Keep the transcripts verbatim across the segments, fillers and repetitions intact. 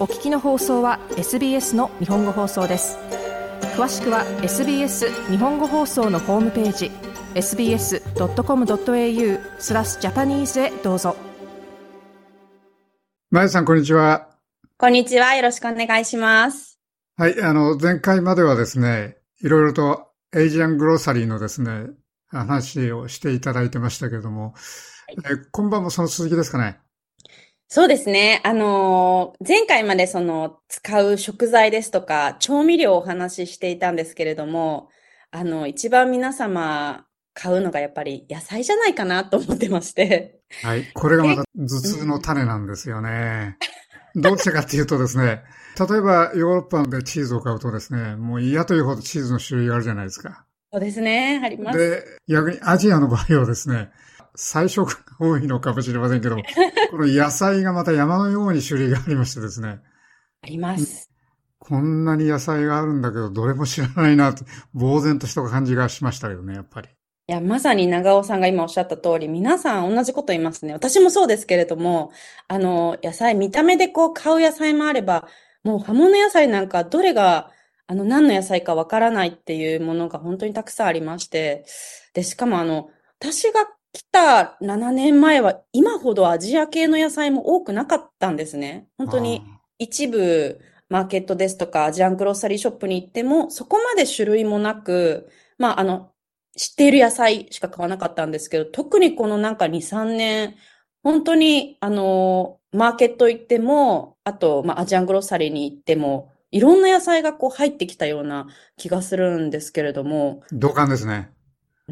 お聞きの放送は エスビーエス の日本語放送です。詳しくは エスビーエス 日本語放送のホームページ エスビーエスドットコムドットエーユー スラスジャパニーズへどうぞ。 まやさん、こんにちは。 こんにちは。よろしくお願いします。 はい、あの、前回まではですね、いろいろとエイジアングロッサリーのですね、話をしていただいてましたけれども、はい、え今晩もその続きですかね。 そうですね。あのー、前回までその使う食材ですとか調味料をお話ししていたんですけれども、あの、一番皆様買うのがやっぱり野菜じゃないかなと思ってまして。 はい、これがまた頭痛の種なんですよね。うん、どうしてかっていうとですね、例えばヨーロッパでチーズを買うとですね、もう嫌というほどチーズの種類があるじゃないですか。 そうですね、あります。 で、逆にアジアの場合はですね、菜食が多いのかもしれませんけども、この野菜がまた山のように種類がありましてですね。 あります。 こんなに野菜があるんだけど、どれも知らないなって、呆然とした感じがしましたけどね、やっぱり。 いや、まさに長尾さんが今おっしゃった通り、皆さん同じこと言いますね。私もそうですけれども、あの、野菜、見た目でこう買う野菜もあれば、もう葉物野菜なんかどれが、あの、何の野菜かわからないっていうものが本当にたくさんありまして、で、しかもあの、私が来たななねんまえは、今ほどアジア系の野菜も多くなかったんですね。本当に一部、マーケットですとか、アジアングロッサリーショップに行っても、そこまで種類もなく、まあ、あの、知っている野菜しか買わなかったんですけど、特にこのなんかに、さんねん、本当に、あの、マーケット行っても、あと、まあ、アジアングロッサリーに行っても、いろんな野菜がこう入ってきたような気がするんですけれども。 同感ですね。 うん。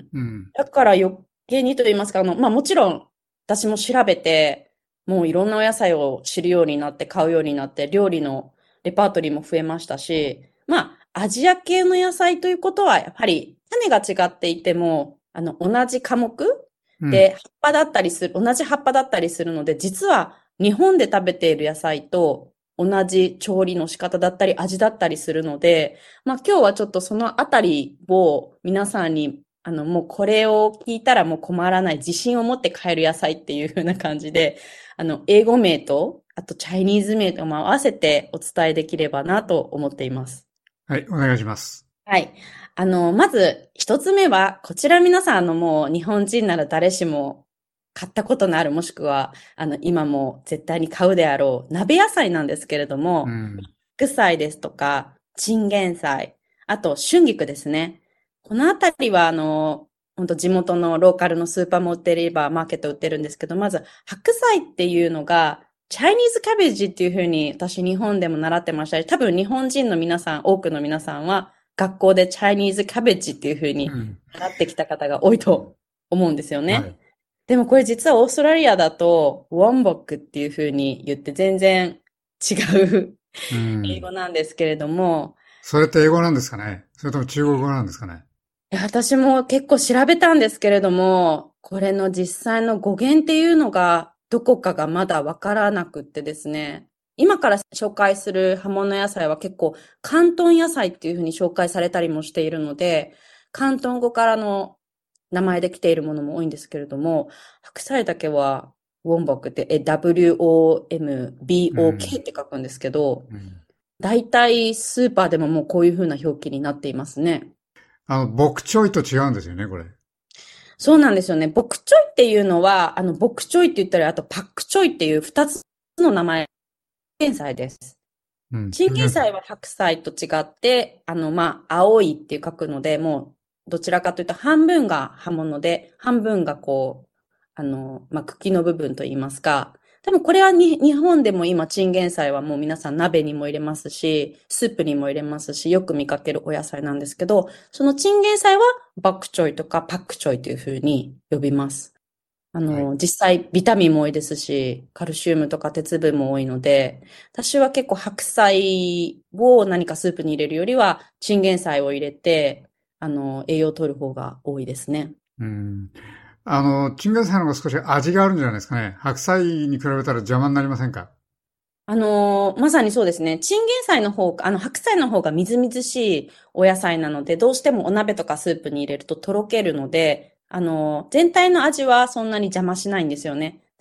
うん。 だから余計にと言いますか、あの、まあ、もちろん、私も調べて、もういろんなお野菜を知るようになって、買うようになって、料理のレパートリーも増えましたし、まあ、アジア系の野菜ということは、やっぱり種が違っていても、あの、同じ科目で葉っぱだったりする、同じ葉っぱだったりするので、実は日本で食べている野菜と同じ調理の仕方だったり味だったりするので、まあ今日はちょっとそのあたりを皆さんに、あの、もうこれを聞いたらもう困らない自信を持って買える野菜っていう風な感じで、あの、英語名と、あとチャイニーズ名とも合わせてお伝えできればなと思っています。 はい、お願いします。 はい。あの、まず一つ目は、こちら皆さん、あの、もう日本人なら誰しも買ったことのある、もしくは、あの、今も絶対に買うであろう、鍋野菜なんですけれども、 うん、 白菜ですとか、チンゲン菜、あと春菊ですね。このあたりは、あの、本当地元のローカルのスーパーも売ってれば、マーケット売ってるんですけど、まず、白菜っていうのが、チャイニーズキャベジっていう風に私日本でも習ってましたし、多分日本人の皆さん、多くの皆さんは、学校でチャイニーズキャベジっていう風に習ってきた方が多いと思うんですよね。うんはい、でもこれ実はオーストラリアだと、ウォンボックっていう風に言って全然違う、うん、英語なんですけれども。 それって英語なんですかね？それとも中国語なんですかね？ 私も結構調べたんですけれども、これの実際の語源っていうのがどこかがまだわからなくってですね。今から紹介する葉物野菜は結構広東野菜っていうふうに紹介されたりもしているので、広東語からの名前で来ているものも多いんですけれども、白菜だけはウォンボックって ダブリューオーエムビーオーケー って書くんですけど、うんうん、大体スーパーでももうこういうふうな表記になっていますね。 あの、ボクチョイと違うんですよね、これ。 そうなんですよね。ボクチョイっていうのは、あの、ボクチョイって言ったり、あとパックチョイっていう二つの名前、チンゲン菜です。うん、チンゲン菜は白菜と違って、あの、まあ、青いっていう書くので、もう、どちらかというと半分が葉物で、半分がこう、あの、まあ、茎の部分と言いますか、多分これはに日本でも今チンゲン菜はもう皆さん鍋にも入れますし、スープにも入れますし、よく見かけるお野菜なんですけど、そのチンゲン菜はバクチョイとかパックチョイという風に呼びます。あの、はい、実際ビタミンも多いですし、カルシウムとか鉄分も多いので、私は結構白菜を何かスープに入れるよりは、チンゲン菜を入れて、あの、栄養を取る方が多いですね。 うんあの、チンゲン菜の方が少し味があるんじゃないですかね。白菜に比べたら邪魔になりませんか？ あのー、まさにそうですね。チンゲン菜の方、あの、白菜の方がみずみずしいお野菜なので、どうしてもお鍋とかスープに入れるととろけるので、あのー、全体の味はそんなに邪魔しないんですよね。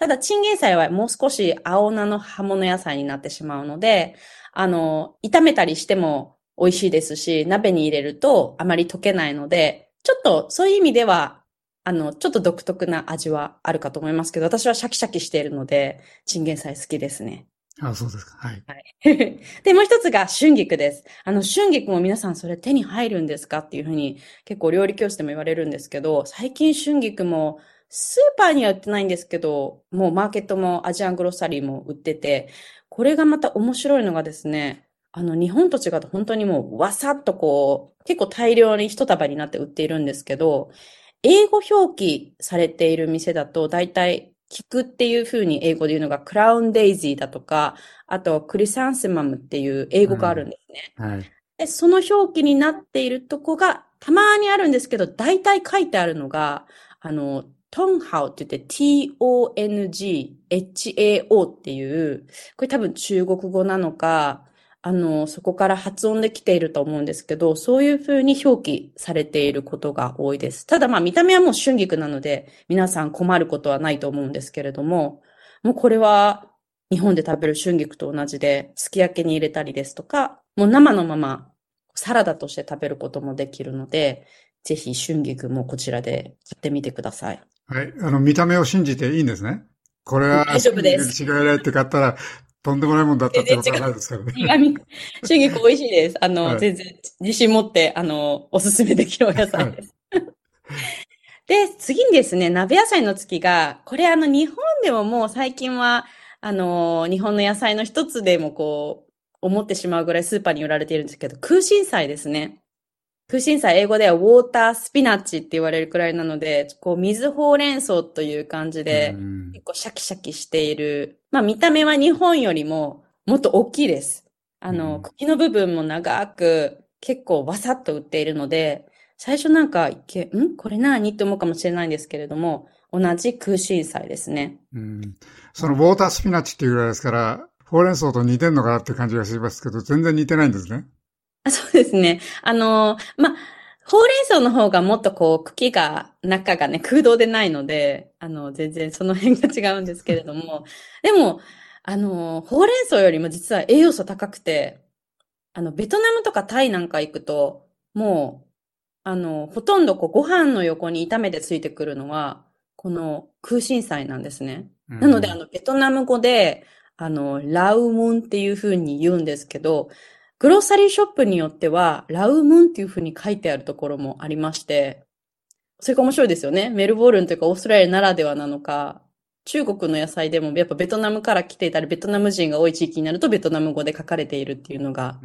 ただ、チンゲン菜はもう少し青菜の葉物野菜になってしまうので、あの、炒めたりしても美味しいですし、鍋に入れるとあまり溶けないので、ちょっとそういう意味では、あの、ちょっと独特な味はあるかと思いますけど、私はシャキシャキしているので、チンゲン菜好きですね。 あ、そうですか。はい。 はい。で、もう一つが春菊です。あの、春菊も皆さんそれ手に入るんですかっていうふうに結構料理教室でも言われるんですけど、最近春菊もスーパーには売ってないんですけど、もうマーケットもアジアングロッサリーも売ってて、これがまた面白いのがですね、あの、日本と違って本当にもうわさっとこう、結構大量に一束になって売っているんですけど、英語表記されている店だと大体菊っていう風に英語で言うのがクラウンデイジーだとか、あとクリサンセマムっていう英語があるんですね。 うん、はい。 で、その表記になっているとこがたまにあるんですけど、大体書いてあるのが、あの、トンハオって言って ティーオーエヌジーエイチエーオー っていう、これ多分中国語なのか、あの、そこから発音できていると思うんですけど、そういう風に表記されていることが多いです。ただまあ見た目はもう春菊なので、皆さん困ることはないと思うんですけれども、もうこれは日本で食べる春菊と同じで、すき焼きに入れたりですとか、もう生のままサラダとして食べることもできるので、ぜひ春菊もこちらで買ってみてください。 はい。あの、見た目を信じていいんですね。これは大丈夫です。 春菊に違いないって買ったら、とんでもないもんだったってことはないですからね。 苦味。春菊美味しいです。あの、 はい。 全然自信持って、あの、おすすめできるお野はい。 菜です。で、次にですね、鍋野菜の次が、これあの、日本でももう最近は、あの、日本の野菜の一つでもこう、思ってしまうぐらいスーパーに売られているんですけど、空心菜ですね。空心菜、英語ではウォータースピナッチって言われるくらいなので、こう、水ほうれん草という感じうで、 ん。 結構シャキシャキしている。まあ見た目は日本よりももっと大きいです。あの、 うん。 茎の部分も長く、結構わさっと売っているので、最初なんか、いけ、んこれ何って思うかもしれないんですけれども、同じ空心菜ですね。 うん。そのはい。 ウォータースピナッチっていうぐらいですから、ほうれん草と似てんのかなって感じがしますけど、全然似てないんですね。 あ、そうですね。あの、ま、ほうれん草の方がもっとこう、茎が、中がね、空洞でないので、あの、全然その辺が違うんですけれども、でも、あの、ほうれん草よりも実は栄養素高くて、あの、ベトナムとかタイなんか行くと、もう、あの、ほとんどこう、ご飯の横に炒めてついてくるのは、この空心菜なんですね。なので、あうん。 の、ベトナム語で、あの、ラウムンっていう風に言うんですけど、グロッサリーショップによっては、ラウムンっていう風に書いてあるところもありまして、それが面白いですよね。メルボルンというかオーストラリアならではなのか、中国の野菜でもやっぱベトナムから来ていたり、ベトナム人が多い地域になるとベトナム語で書かれているっていうのがうん。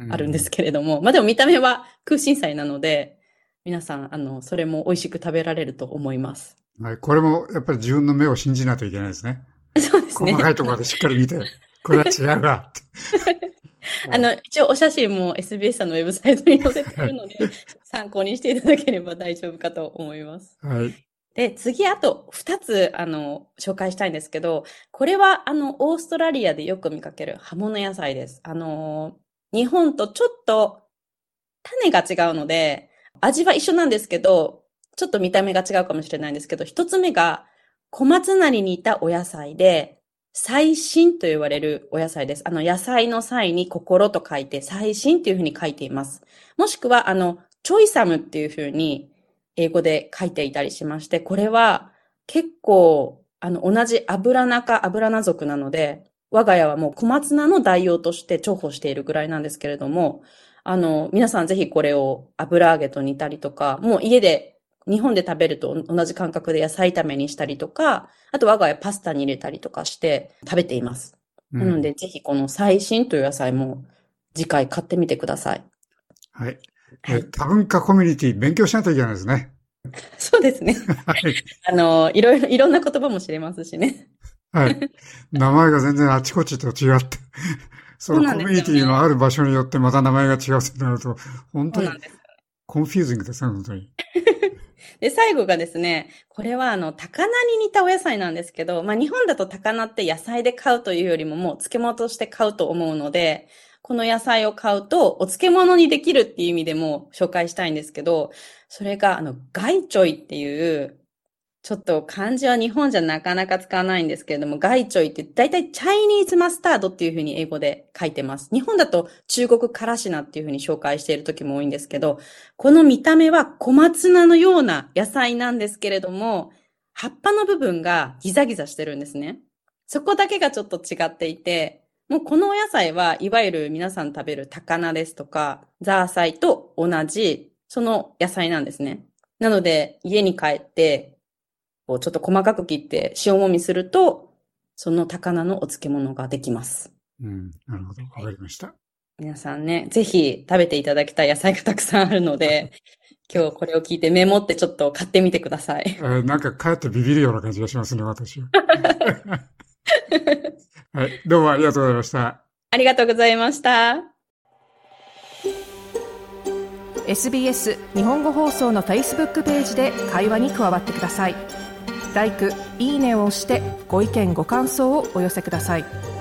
あるんですけれども、まあでも見た目は空心菜なので、皆さん、あの、それも美味しく食べられると思います。 はい。これもやっぱり自分の目を信じないといけないですね。 そうです細かいね。 ところでしっかり見て、これは違うわって。 あの、一応お写真も エスビーエス さんのウェブサイトに載せていはい。 るので、参考にしていただければ大丈夫かと思います。 はい。 で、次、あと二つ、あの、紹介したいんですけど、これは、あの、オーストラリアでよく見かける葉物野菜です。あの、日本とちょっと種が違うので、味は一緒なんですけど、ちょっと見た目が違うかもしれないんですけど、一つ目が、小松菜に似たお野菜で、菜心と言われるお野菜です。あの、野菜の際に心と書いて、菜心っていうふうに書いています。もしくは、あの、チョイサムっていうふうに、英語で書いていたりしまして、これは結構、あの、同じ油中、油菜属なので、我が家はもう小松菜の代用として重宝しているぐらいなんですけれども、あの、皆さんぜひこれを油揚げと煮たりとか、もう家で、日本で食べると同じ感覚で野菜炒めにしたりとか、あと我が家パスタに入れたりとかして食べています。 うん。 なので、ぜひこの菜心という野菜も次回買ってみてください。 はい。え、 はい。 多文化コミュニティ勉強しないといけないですね。 そうですね。 はい。 あの、いろいろ、いろんな言葉も知れますしね。 はい。名前が全然あちこちと違って、そのそうなんでコミュニティすよね。 のある場所によってまた名前が違うとなると、本当にそうなんです。 コンフューズングですね、本当に。 で、最後がですね、これはあの、高菜に似たお野菜なんですけど、まあ日本だと高菜って野菜で買うというよりももう漬物として買うと思うので、この野菜を買うとお漬物にできるっていう意味でも紹介したいんですけど、それがあの、ガイチョイっていう、 ちょっと漢字は日本じゃなかなか使わないんですけれども、ガイチョイって大体チャイニーズマスタードっていう風に英語で書いてます。日本だと中国からし菜っていう風に紹介している時も多いんですけど、この見た目は小松菜のような野菜なんですけれども、葉っぱの部分がギザギザしてるんですね。そこだけがちょっと違っていて、もうこのお野菜はいわゆる皆さん食べる高菜ですとか、ザーサイと同じ、その野菜なんですね。なので家に帰って、ちょっと細かく切って塩もみすると、その高菜のお漬物ができます。 うん、なるほど。わかりました。 皆さんね、ぜひ食べていただきたい野菜がたくさんあるので、今日これを聞いてメモってちょっと買ってみてください。 えー、なんか帰ってビビるような感じがしますね、私は。はい、どうもありがとうございました。 ありがとうございました。 エスビーエス 日本語放送の Facebook ページで会話に加わってください。ライク、いいねを押してご意見ご感想をお寄せください。